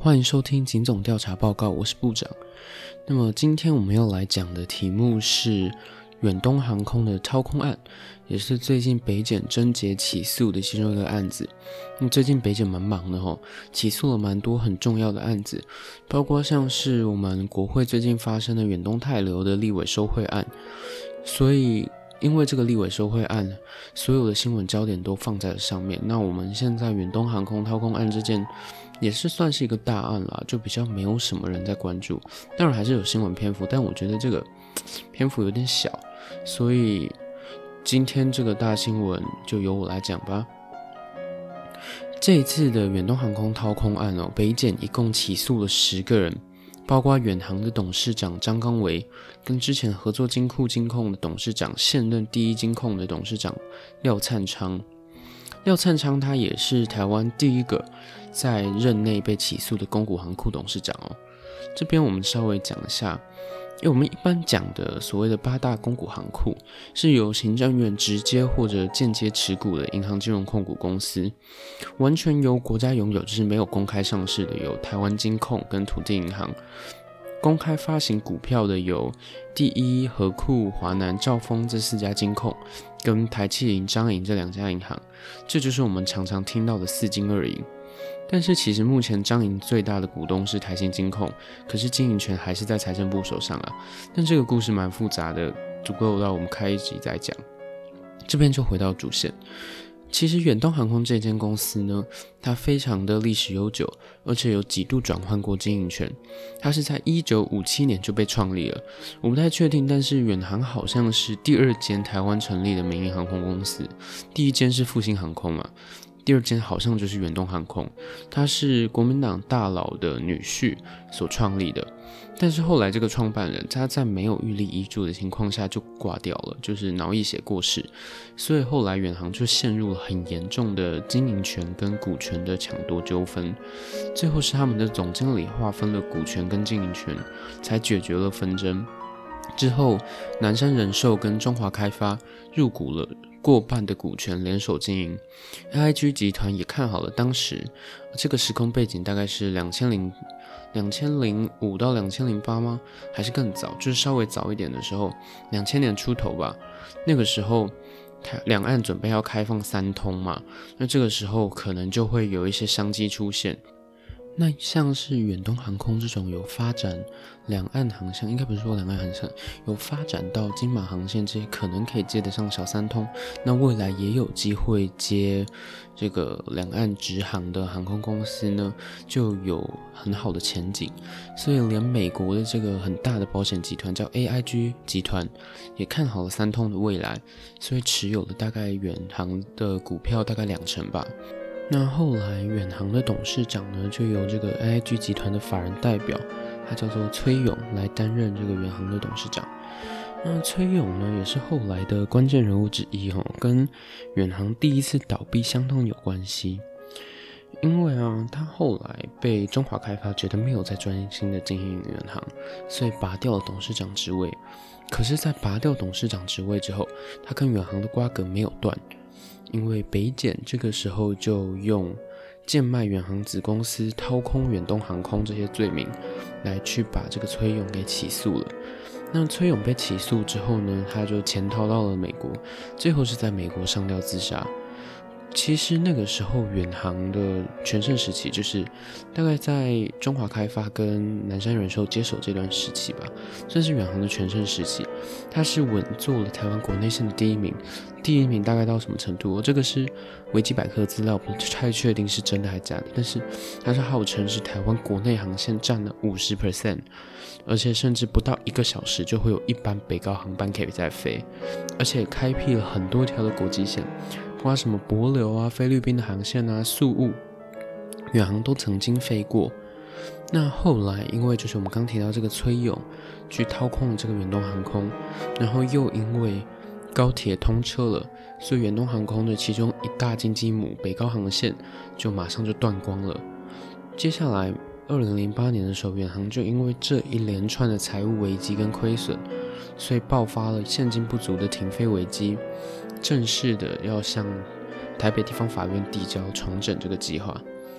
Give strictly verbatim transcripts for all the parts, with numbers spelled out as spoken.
欢迎收听警总调查报告，我是部长。那么今天我们要来讲的题目是远东航空的掏空案，也是最近北检侦结起诉的其中一个案子。那最近北检蛮忙的齁，起诉了蛮多很重要的案子，包括像是我们国会最近发生的远东泰流的立委收贿案。所以因为这个立委收贿案，所有的新闻焦点都放在了上面。那我们现在远东航空掏空案这件也是算是一个大案啦，就比较没有什么人在关注，当然还是有新闻篇幅，但我觉得这个篇幅有点小，所以今天这个大新闻就由我来讲吧。这一次的远东航空掏空案哦，北检一共起诉了十个人，包括远航的董事长张刚维，跟之前合作金库金控的董事长，现任第一金控的董事长廖灿昌。廖灿昌他也是台湾第一个在任内被起诉的公股行库董事长哦。这边我们稍微讲一下，因为我们一般讲的所谓的八大公股行库是由行政院直接或者间接持股的银行金融控股公司，完全由国家拥有，就是没有公开上市的有台湾金控跟土地银行，公开发行股票的有第一、和库、华南、兆丰这四家金控，跟台企银、彰银这两家银行，这就是我们常常听到的四金二银。但是其实目前彰银最大的股东是台新金控，可是经营权还是在财政部手上啊。但这个故事蛮复杂的，足够让我们开一集再讲。这边就回到主线。其实远东航空这间公司呢，它非常的历史悠久，而且有几度转换过经营权。它是在一九五七年就被创立了，我不太确定，但是远航好像是第二间台湾成立的民营航空公司，第一间是复兴航空嘛，第二间好像就是远东航空，它是国民党大佬的女婿所创立的。但是后来这个创办人他在没有预立遗嘱的情况下就挂掉了，就是脑溢血过世，所以后来远航就陷入了很严重的经营权跟股权的抢夺纠纷，最后是他们的总经理划分了股权跟经营权，才解决了纷争。之后南山人寿跟中华开发入股了过半的股权，联手经营。 A I G 集团也看好了当时这个时空背景，大概是两千零五到两千零八吗？还是更早，就是稍微早一点的时候，两千年出头吧。那个时候两岸准备要开放三通嘛，那这个时候可能就会有一些商机出现。那像是远东航空这种有发展两岸航线，应该不是说两岸航线，有发展到金马航线这些可能可以接得上小三通，那未来也有机会接这个两岸直航的航空公司呢，就有很好的前景。所以连美国的这个很大的保险集团叫 A I G 集团也看好了三通的未来，所以持有了大概远航的股票大概两成吧。那后来远航的董事长呢，就由这个 A I G 集团的法人代表，他叫做崔永来担任这个远航的董事长。那崔永呢，也是后来的关键人物之一哦，跟远航第一次倒闭相当有关系。因为啊，他后来被中华开发觉得没有再专心的经营远航，所以拔掉了董事长职位。可是，在拔掉董事长职位之后，他跟远航的瓜葛没有断。因为北检这个时候就用贱卖远航子公司、掏空远东航空这些罪名来去把这个崔永给起诉了。那崔永被起诉之后呢，他就潜逃到了美国，最后是在美国上吊自杀。其实那个时候远航的全盛时期，就是大概在中华开发跟南山人寿接手这段时期吧，算是远航的全盛时期。它是稳坐了台湾国内线的第一名，第一名大概到什么程度？这个是维基百科资料，不太确定是真的还是假的，但是它是号称是台湾国内航线占了 百分之五十， 而且甚至不到一个小时就会有一班北高航班可以再飞，而且开辟了很多条的国际线。包括什么帛琉啊、菲律宾的航线啊、宿务、远航都曾经飞过。那后来因为就是我们刚提到这个崔永去掏空了这个远东航空，然后又因为高铁通车了，所以远东航空的其中一大金鸡母北高航线就马上就断光了。接下来二零零八年的时候，远航就因为这一连串的财务危机跟亏损，所以爆发了现金不足的停飞危机，正式的要向台北地方法院递交重整这个计划。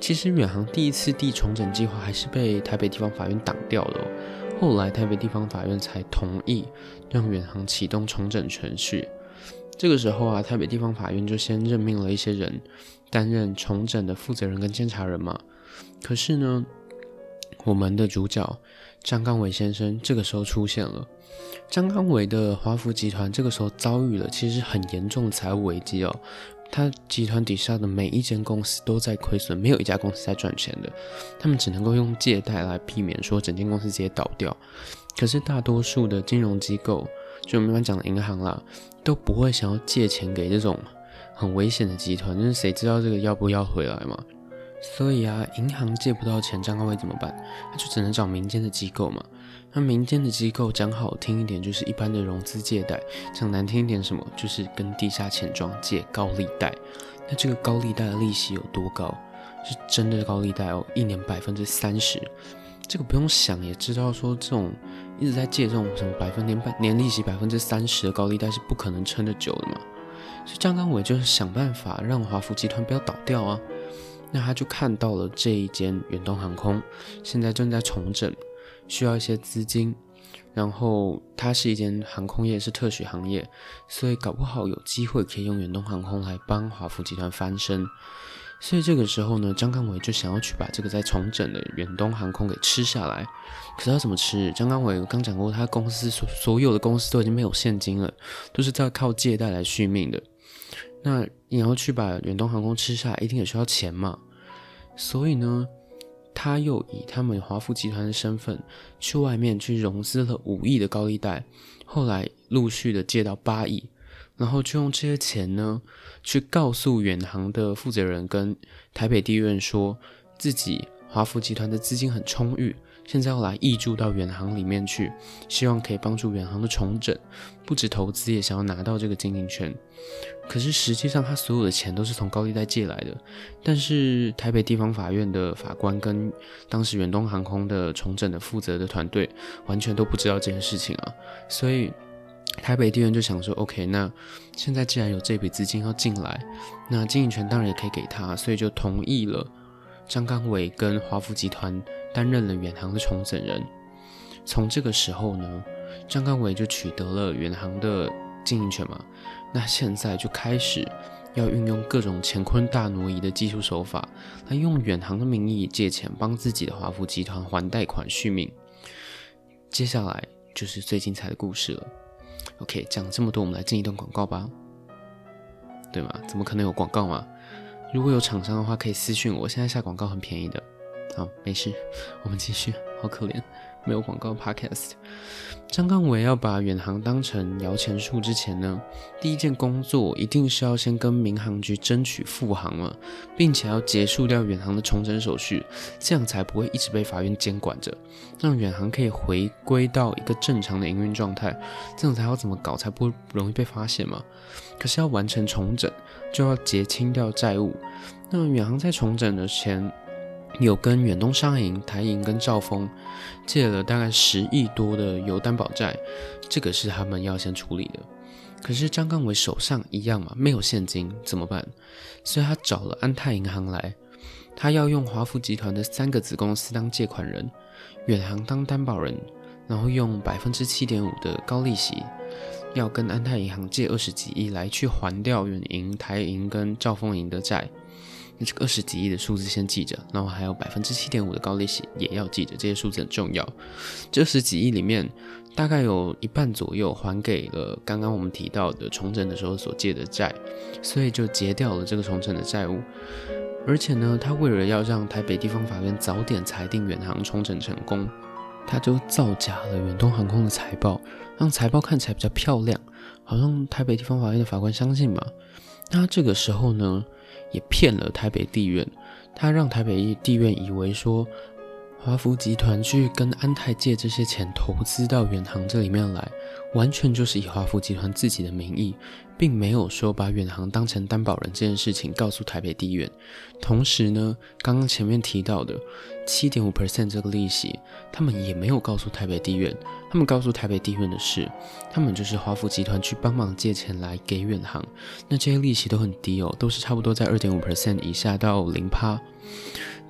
其实远航第一次地重整计划还是被台北地方法院挡掉了、哦，后来台北地方法院才同意让远航启动重整程序。这个时候啊，台北地方法院就先任命了一些人担任重整的负责人跟监察人嘛。可是呢，我们的主角张刚伟先生这个时候出现了。张刚伟的华福集团这个时候遭遇了其实很严重的财务危机哦，他集团底下的每一间公司都在亏损，没有一家公司在赚钱的，他们只能够用借贷来避免说整间公司直接倒掉。可是大多数的金融机构，就我们一般讲的银行啦，都不会想要借钱给这种很危险的集团，就是谁知道这个要不要回来嘛。所以啊，银行借不到钱，张刚伟怎么办？他就只能找民间的机构嘛。那民间的机构讲好听一点，就是一般的融资借贷；讲难听一点，什么就是跟地下钱庄借高利贷。那这个高利贷的利息有多高？是真的高利贷哦，一年百分之三十。这个不用想也知道，说这种一直在借这种什么百分年年利息百分之三十的高利贷是不可能撑得久的嘛。所以张刚伟就是想办法让华福集团不要倒掉啊。那他就看到了这一间远东航空现在正在重整，需要一些资金，然后它是一间航空业，是特许行业，所以搞不好有机会可以用远东航空来帮华福集团翻身。所以这个时候呢，张刚伟就想要去把这个在重整的远东航空给吃下来。可是要怎么吃？张刚伟刚讲过，他公司 所, 所有的公司都已经没有现金了，都是在靠借贷来续命的。那你要去把远东航空吃下来，一定也需要钱嘛。所以呢，他又以他们华福集团的身份去外面去融资了五亿的高利贷，后来陆续的借到八亿，然后就用这些钱呢，去告诉远航的负责人跟台北地院说，自己华福集团的资金很充裕，现在要来挹注到远航里面去，希望可以帮助远航的重整，不止投资，也想要拿到这个经营权。可是实际上他所有的钱都是从高利贷借来的，但是台北地方法院的法官跟当时远东航空的重整的负责的团队完全都不知道这件事情啊。所以台北地院就想说 OK， 那现在既然有这笔资金要进来，那经营权当然也可以给他，所以就同意了张刚伟跟华福集团担任了远航的重整人。从这个时候呢，张刚伟就取得了远航的经营权嘛，那现在就开始要运用各种乾坤大挪移的技术手法，来用远航的名义借钱帮自己的华福集团还贷款续命。接下来就是最精彩的故事了。OK， 讲这么多，我们来进一段广告吧。对吗？怎么可能有广告嘛？如果有厂商的话，可以私讯我，现在下广告很便宜的。好，没事，我们继续。好可怜，没有广告 podcast。 张刚伟要把远航当成摇钱树之前呢，第一件工作一定是要先跟民航局争取复航嘛，并且要结束掉远航的重整手续，这样才不会一直被法院监管着，让远航可以回归到一个正常的营运状态，这样才要怎么搞才不会容易被发现嘛。可是要完成重整，就要结清掉债务。那远航在重整的前，有跟远东商银、台银跟兆丰借了大概十亿多的有担保债，这个是他们要先处理的。可是张刚伟手上一样嘛，没有现金怎么办？所以他找了安泰银行来，他要用华福集团的三个子公司当借款人，远航当担保人，然后用 百分之七点五 的高利息，要跟安泰银行借二十几亿来去还掉远银、台银跟兆丰银的债。那这个二十几亿的数字先记着，然后还有 百分之七点五 的高利息也要记着，这些数字很重要。这二十几亿里面大概有一半左右还给了刚刚我们提到的重整的时候所借的债，所以就结掉了这个重整的债务。而且呢，他为了要让台北地方法院早点裁定远航重整成功，他就造假了远东航空的财报，让财报看起来比较漂亮，好像台北地方法院的法官相信嘛。那这个时候呢，也骗了台北地院，他让台北地院以为说华福集团去跟安泰借这些钱投资到远航这里面来，完全就是以华福集团自己的名义，并没有说把远航当成担保人这件事情告诉台北地院。同时呢，刚刚前面提到的 百分之七点五 这个利息，他们也没有告诉台北地院，他们告诉台北地院的是，他们就是华福集团去帮忙借钱来给远航，那这些利息都很低哦，都是差不多在 百分之二点五 以下到 百分之零。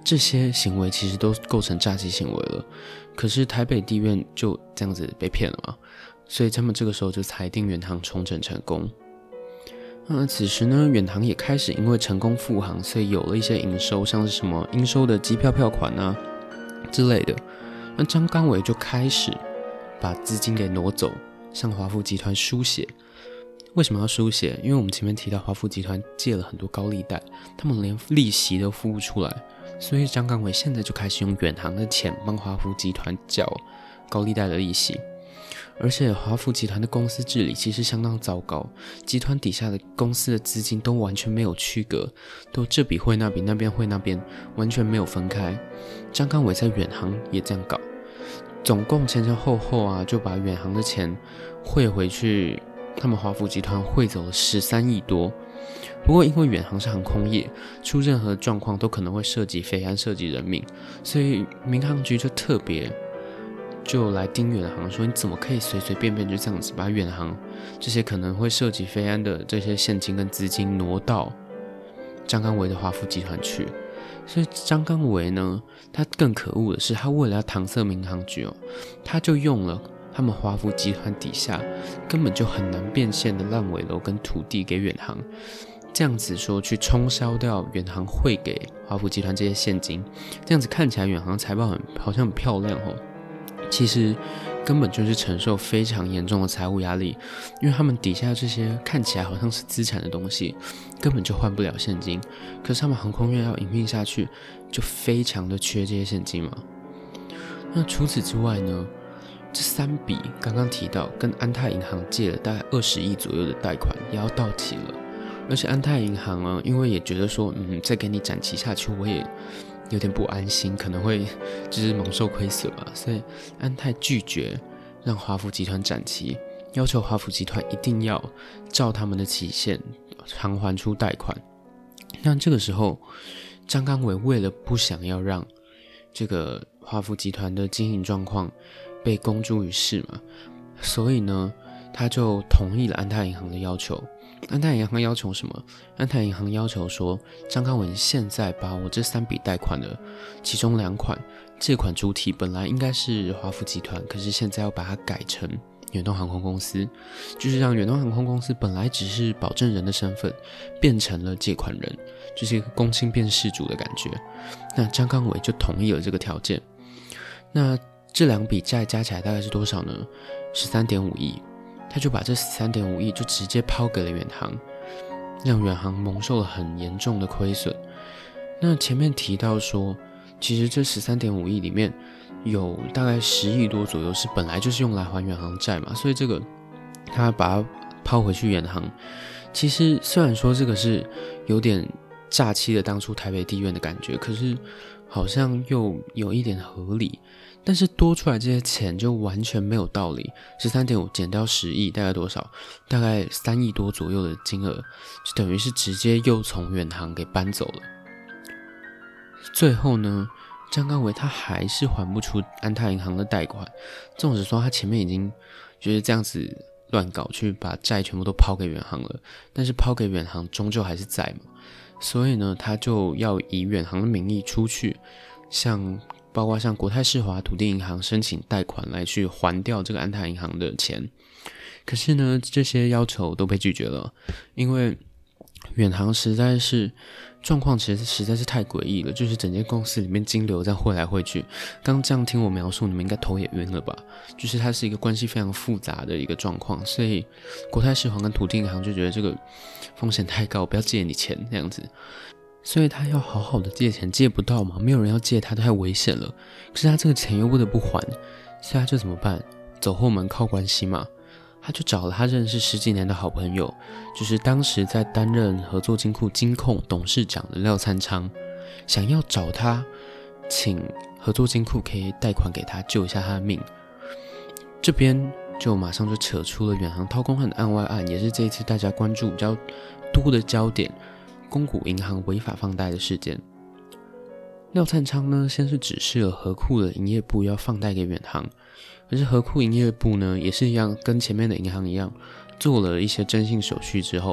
这些行为其实都构成诈欺行为了，可是台北地院就这样子被骗了嘛，所以他们这个时候就裁定远航重整成功。那此时呢，远航也开始因为成功复航，所以有了一些营收，像是什么应收的机票票款啊之类的。那张纲维就开始把资金给挪走，向华富集团输血。为什么要输血？因为我们前面提到华富集团借了很多高利贷，他们连利息都付不出来，所以张纲维现在就开始用远航的钱帮华富集团缴高利贷的利息。而且华富集团的公司治理其实相当糟糕，集团底下的公司的资金都完全没有区隔，都这笔汇那笔，那边汇那边，完全没有分开。张纲维在远航也这样搞，总共前前后后啊，就把远航的钱汇回去，他们华富集团汇走了十三亿多。不过因为远航是航空业，出任何状况都可能会涉及飞安，涉及人命，所以民航局就特别就来盯远航，说你怎么可以随随便便就这样子把远航这些可能会涉及飞安的这些现金跟资金挪到张纲维的华富集团去。所以张纲维呢，他更可恶的是，他为了要搪塞民航局哦，他就用了他们华富集团底下根本就很难变现的烂尾楼跟土地给远航，这样子说去冲销掉远航汇给华富集团这些现金，这样子看起来远航财报很好像很漂亮哦，其实根本就是承受非常严重的财务压力，因为他们底下这些看起来好像是资产的东西根本就换不了现金，可是他们航空业要营运下去就非常的缺这些现金嘛。那除此之外呢，这三笔刚刚提到跟安泰银行借了大概二十亿左右的贷款也要到期了，而且安泰银行啊，因为也觉得说嗯，再给你展期下去我也有点不安心，可能会就是蒙受亏损嘛，所以安泰拒绝让华富集团展期，要求华富集团一定要照他们的期限偿还出贷款。那这个时候张纲维为了不想要让这个华富集团的经营状况被公诸于世嘛，所以呢他就同意了安泰银行的要求。安泰银行要求什么？安泰银行要求说，张纲维现在把我这三笔贷款的其中两款，借款主体本来应该是华富集团，可是现在要把它改成远东航空公司，就是让远东航空公司本来只是保证人的身份，变成了借款人，就是一个公亲变事主的感觉。那张纲维就同意了这个条件。那这两笔债加起来大概是多少呢？ 十三点五亿。他就把这 十三点五亿就直接抛给了远航，让远航蒙受了很严重的亏损。那前面提到说，其实这 十三点五亿里面有大概十亿多左右是本来就是用来还远航债嘛，所以这个他把它抛回去远航，其实虽然说这个是有点诈欺的当初台北地院的感觉，可是好像又有一点合理，但是多出来这些钱就完全没有道理。 十三点五 减掉十亿大概多少？大概三亿多左右的金额，就等于是直接又从远航给搬走了。最后呢，张纲维他还是还不出安泰银行的贷款，纵使说他前面已经就是这样子乱搞，去把债全部都抛给远航了，但是抛给远航终究还是在嘛，所以呢他就要以远航的名义出去向包括像国泰世华土地银行申请贷款来去还掉这个安泰银行的钱。可是呢这些要求都被拒绝了，因为远航实在是状况其实实在是太诡异了，就是整间公司里面金流这样汇来汇去，刚这样听我描述你们应该头也晕了吧，就是它是一个关系非常复杂的一个状况，所以国泰世华跟土地银行就觉得这个风险太高，不要借你钱这样子，所以他要好好的借钱借不到嘛，没有人要借他，太危险了，可是他这个钱又不得不还，所以他就怎么办？走后门靠关系嘛，他就找了他认识十几年的好朋友，就是当时在担任合作金库金控董事长的廖灿昌，想要找他请合作金库可以贷款给他救一下他的命。这边就马上就扯出了远航掏空案的案外案，也是这一次大家关注比较多的焦点，公股银行违法放贷的事件。廖灿昌呢，先是指示了合库的营业部要放贷给远航，可是合库营业部呢，也是一样跟前面的银行一样，做了一些征信手续之后，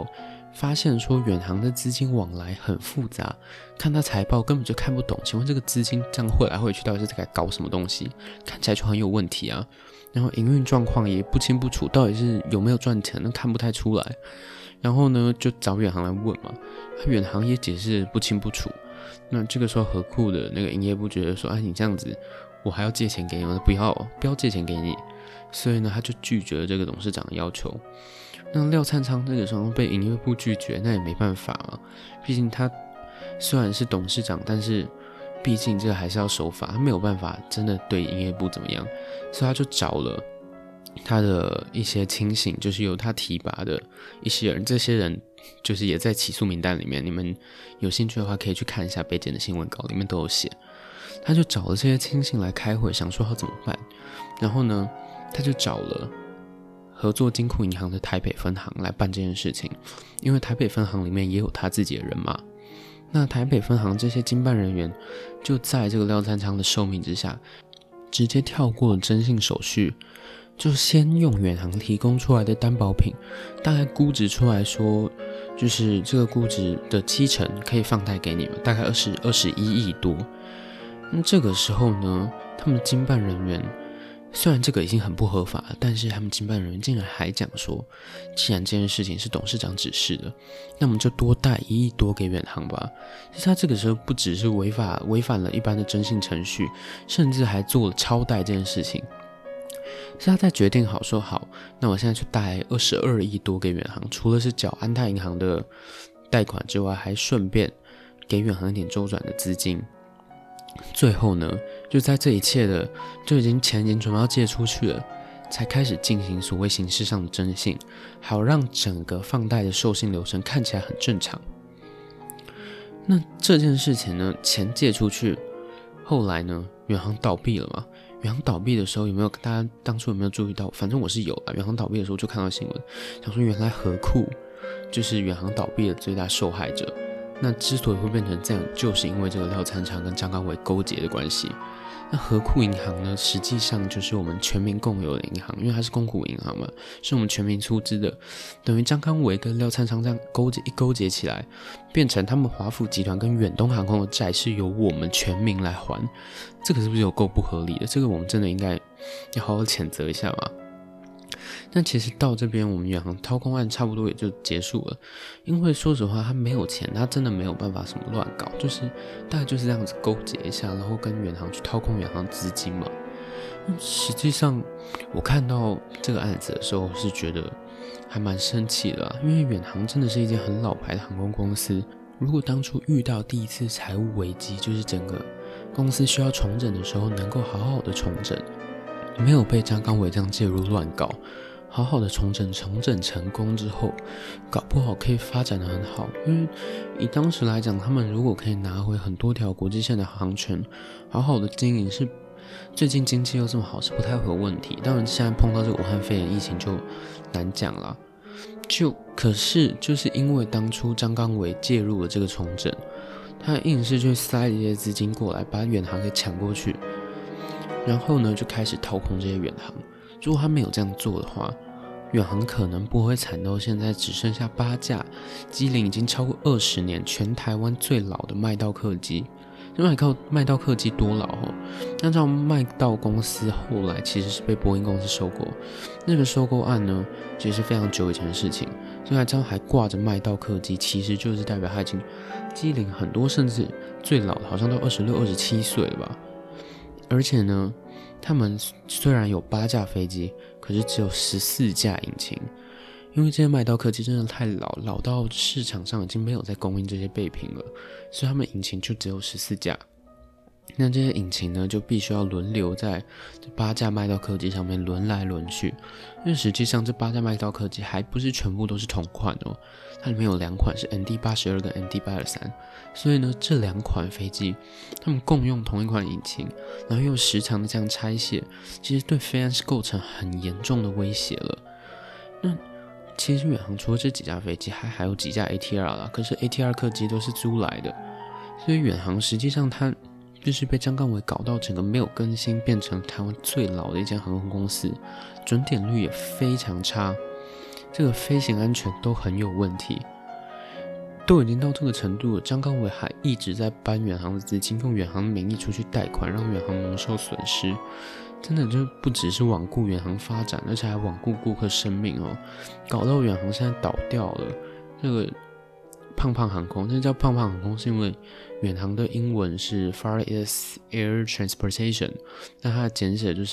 发现说远航的资金往来很复杂，看他财报根本就看不懂，请问这个资金这样汇来汇去到底是在搞什么东西，看起来就很有问题啊。然后营运状况也不清不楚，到底是有没有赚钱那看不太出来。然后呢就找远航来问嘛，远航也解释不清不楚。那这个时候河库的那个营业部觉得说，哎，你这样子我还要借钱给你吗？不要不要借钱给你。所以呢他就拒绝了这个董事长的要求。那廖灿昌那个时候被营业部拒绝，那也没办法啊，毕竟他虽然是董事长，但是毕竟这个还是要守法，他没有办法真的对营业部怎么样，所以他就找了他的一些亲信，就是由他提拔的一些人，这些人就是也在起诉名单里面，你们有兴趣的话可以去看一下北检的新闻稿，里面都有写。他就找了这些亲信来开会，想说要怎么办。然后呢他就找了合作金库银行的台北分行来办这件事情，因为台北分行里面也有他自己的人马。那台北分行这些经办人员就在这个廖灿昌的受命之下，直接跳过了征信手续，就先用远航提供出来的担保品，大概估值出来说，就是这个估值的七成可以放贷给你们，大概二十二十一亿多。那这个时候呢，他们的经办人员虽然这个已经很不合法了，但是他们经办人员竟然还讲说，既然这件事情是董事长指示的，那我们就多贷一亿多给远航吧。其实他这个时候不只是违法违反了一般的征信程序，甚至还做了超贷这件事情。是他在决定好说好，那我现在就贷二十二亿多给远航，除了是缴安泰银行的贷款之外，还顺便给远航一点周转的资金。最后呢，就在这一切的就已经钱已经准备要借出去了，才开始进行所谓形式上的征信，好让整个放贷的授信流程看起来很正常。那这件事情呢，钱借出去，后来呢，远航倒闭了嘛？远航倒闭的时候，有没有大家当初有没有注意到？反正我是有啦。远航倒闭的时候就看到新闻，想说原来河库就是远航倒闭的最大受害者。那之所以会变成这样，就是因为这个廖灿昌跟张刚伟勾结的关系。那河库银行呢，实际上就是我们全民共有的银行，因为它是公股银行嘛，是我们全民出资的。等于张刚伟跟廖灿昌这样勾结一勾结起来，变成他们华府集团跟远东航空的债是由我们全民来还，这个是不是有够不合理的？这个我们真的应该要好好谴责一下嘛。但其实到这边我们远航掏空案差不多也就结束了，因为说实话他没有钱，他真的没有办法什么乱搞，就是大概就是这样子勾结一下，然后跟远航去掏空远航资金嘛。实际上我看到这个案子的时候是觉得还蛮生气的啦，因为远航真的是一间很老牌的航空公司，如果当初遇到第一次财务危机，就是整个公司需要重整的时候，能够好好的重整，没有被张刚伟这样介入乱搞，好好的重整重整成功之后，搞不好可以发展得很好。因为以当时来讲，他们如果可以拿回很多条国际线的航权，好好的经营，是最近经济又这么好，是不太会有问题。当然现在碰到这个武汉肺炎疫情就难讲了，就可是就是因为当初张刚伟介入了这个重整，他硬是去塞了一些资金过来，把远航给抢过去，然后呢就开始掏空这些远航。如果他没有这样做的话，远航可能不会惨到现在只剩下八架机龄已经超过二十年，全台湾最老的麦道客机。麦道麦道客机多老哦？按照麦道公司后来其实是被波音公司收购，那个收购案呢，其实是非常久以前的事情，所以这样还挂着麦道客机，其实就是代表它已经机龄很多，甚至最老的好像都二十六、二十七岁了吧。而且呢，他们虽然有八架飞机，可是只有十四架引擎，因为这些麦道客机真的太老，老到市场上已经没有在供应这些备品了，所以他们引擎就只有十四架。那这些引擎呢，就必须要轮流在这八架麦道客机上面轮来轮去，因为实际上这八架麦道客机还不是全部都是同款哦，它里面有两款是 N D 八十二 跟 N D 八十三，所以呢，这两款飞机它们共用同一款引擎，然后又时常的这样拆卸，其实对飞安是构成很严重的威胁了。那其实远航除了这几架飞机，还还有几架 A T R 啦，可是 A T R 客机都是租来的，所以远航实际上它就是被张刚伟搞到整个没有更新，变成台湾最老的一间航空公司，准点率也非常差，这个飞行安全都很有问题。 都已经到这个程度了，张刚伟还一直在搬远航的资金，用远航的名义出去贷款，让远航蒙受损失，真的就不只是罔顾远航发展，而且还罔顾顾客生命哦，搞到远航现在倒掉了。这个胖胖航空，这叫胖胖航空，是因为远航的英文是 Far East Air Transportation， 那它的简写就是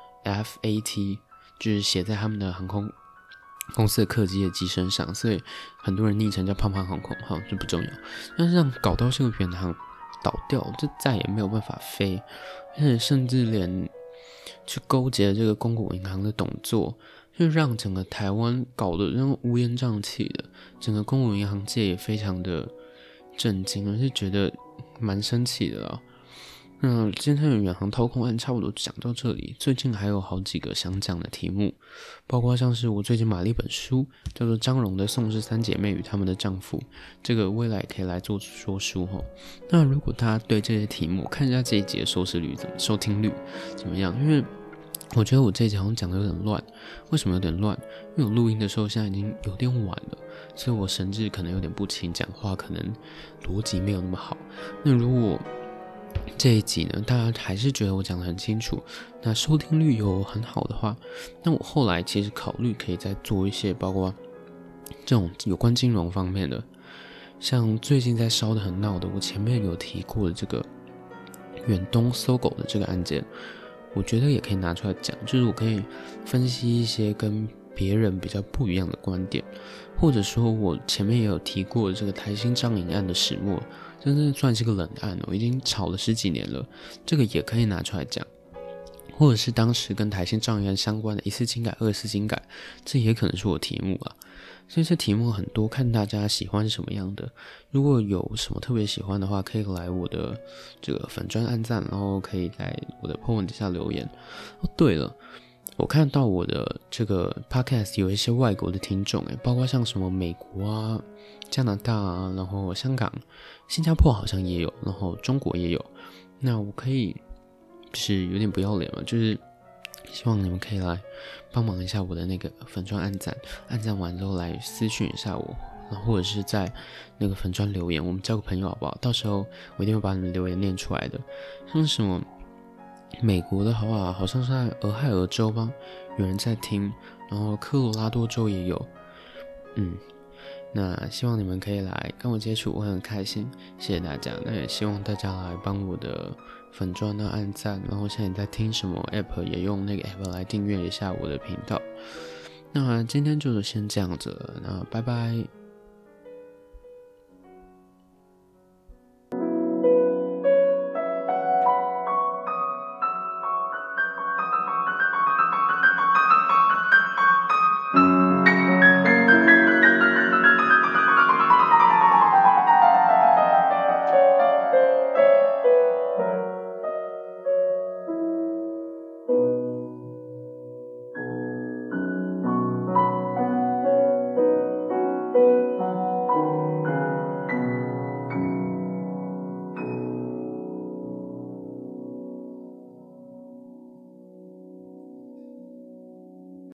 F A T， 就是写在他们的航空公司的客机的机身上，所以很多人昵称叫胖胖航空，好，这不重要。但是这样搞到这个远航倒掉，就再也没有办法飞，而且甚至连去勾结这个公股银行的董座，就让整个台湾搞得让乌烟瘴气的，整个公股银行界也非常的震惊，而且觉得蛮生气的啦。那今天的远航掏空案差不多讲到这里，最近还有好几个想讲的题目，包括像是我最近买了一本书，叫做张荣的《宋氏三姐妹与她们的丈夫》，这个未来也可以来做说书齁。那如果大家对这些题目，看一下这一集的收视率怎么收听率怎么样，因为我觉得我这一集好像讲的有点乱。为什么有点乱？因为我录音的时候现在已经有点晚了，所以我神志可能有点不清，讲话可能逻辑没有那么好。那如果这一集呢，大家还是觉得我讲得很清楚，那收听率有很好的话，那我后来其实考虑可以再做一些包括这种有关金融方面的，像最近在烧得很闹的，我前面有提过的这个远东搜狗的这个案件，我觉得也可以拿出来讲，就是我可以分析一些跟别人比较不一样的观点，或者说我前面也有提过这个台新张营案的始末，真的算是个冷案哦，已经炒了十几年了，这个也可以拿出来讲，或者是当时跟台新张营案相关的一次精改、二次精改，这也可能是我题目啊。所以这题目很多，看大家喜欢什么样的。如果有什么特别喜欢的话，可以来我的这个粉专按赞，然后可以在我的 po 文底下留言。哦，对了，我看到我的这个 podcast 有一些外国的听众，诶，包括像什么美国啊、加拿大啊，然后香港、新加坡好像也有，然后中国也有。那我可以就是有点不要脸了，就是希望你们可以来帮忙一下我的那个粉专按赞，按赞完之后来私讯一下我，然后或者是在那个粉专留言，我们交个朋友好不好？到时候我一定会把你们留言念出来的。像什么美国的话，好像是在俄亥俄州吧，有人在听，然后科罗拉多州也有，嗯。那希望你们可以来跟我接触，我很开心，谢谢大家。那也希望大家来帮我的粉专呢按赞，然后现在你在听什么 app 也用那个 app 来订阅一下我的频道。那今天就先这样子了，那拜拜。